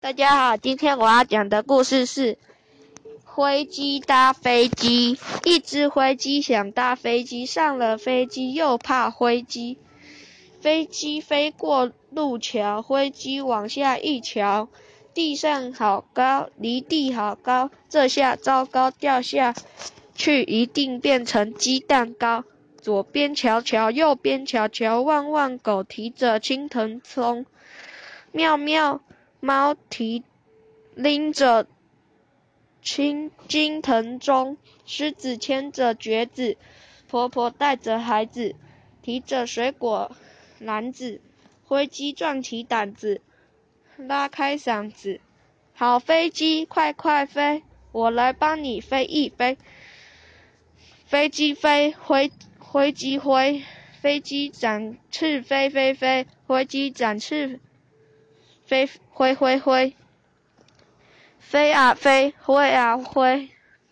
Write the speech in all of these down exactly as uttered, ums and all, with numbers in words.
大家好，今天我要讲的故事是灰鸡搭飞机。一只灰鸡想搭飞机，上了飞机又怕灰鸡。飞机飞过路桥，灰鸡往下一瞧，地上好高，离地好高，这下糟糕，掉下去一定变成鸡蛋糕。左边瞧瞧，右边瞧瞧，汪汪狗提着青藤葱，妙妙猫提拎着青金藤钟，狮子牵着橛子，婆婆带着孩子，提着水果篮子。灰鸡壮起胆子，拉开嗓子，好飞机，快快飞，我来帮你飞一飞。飞机飞，灰灰鸡灰，飞机展翅飞飞飞，灰鸡展翅飞挥挥挥，飞啊飞，挥啊挥，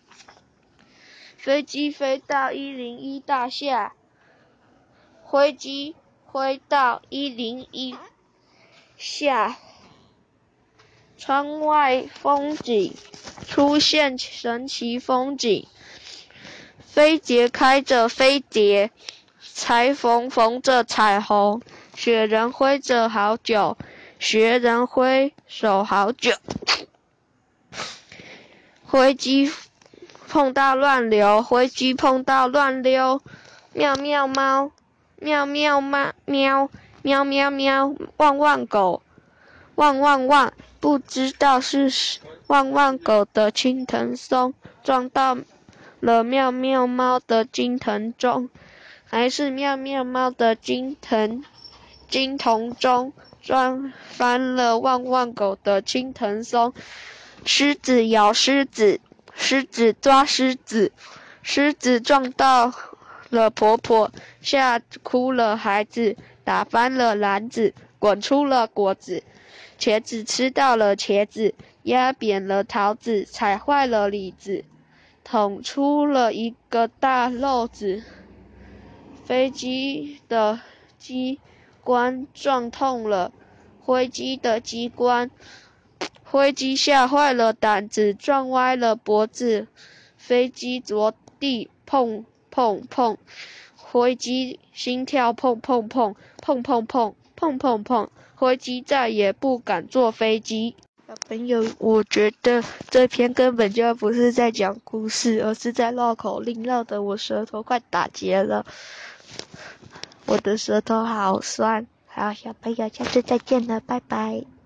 飞机飞到一零一大厦，灰鸡挥到一零一下，窗外风景出现神奇风景，飞碟开着飞碟，裁缝缝着彩虹，雪人挥着好久，学人挥手好久。灰鸡碰到乱流，灰鸡碰到乱溜，妙妙猫，妙妙猫，喵喵喵喵，汪汪狗，汪汪汪，不知道是汪汪狗的青藤松撞到了妙妙猫的金藤钟，还是妙妙猫的金藤金铜钟撞翻了汪汪狗的青藤松。狮子咬狮子，狮子抓狮子，狮子撞到了婆婆，吓哭了孩子，打翻了篮子，滚出了果子，茄子吃到了茄子，压扁了桃子，踩坏了李子，捅出了一个大漏子。飞机的机关撞痛了灰鸡的机关，灰鸡吓坏了胆子，撞歪了脖子，飞机着地碰碰碰，灰鸡心跳碰碰碰碰碰碰碰碰碰，灰鸡再也不敢坐飞机。小朋友，我觉得这篇根本就不是在讲故事，而是在绕口令，绕得我舌头快打结了。我的舌头好酸。好，小朋友，下次再见了，拜拜。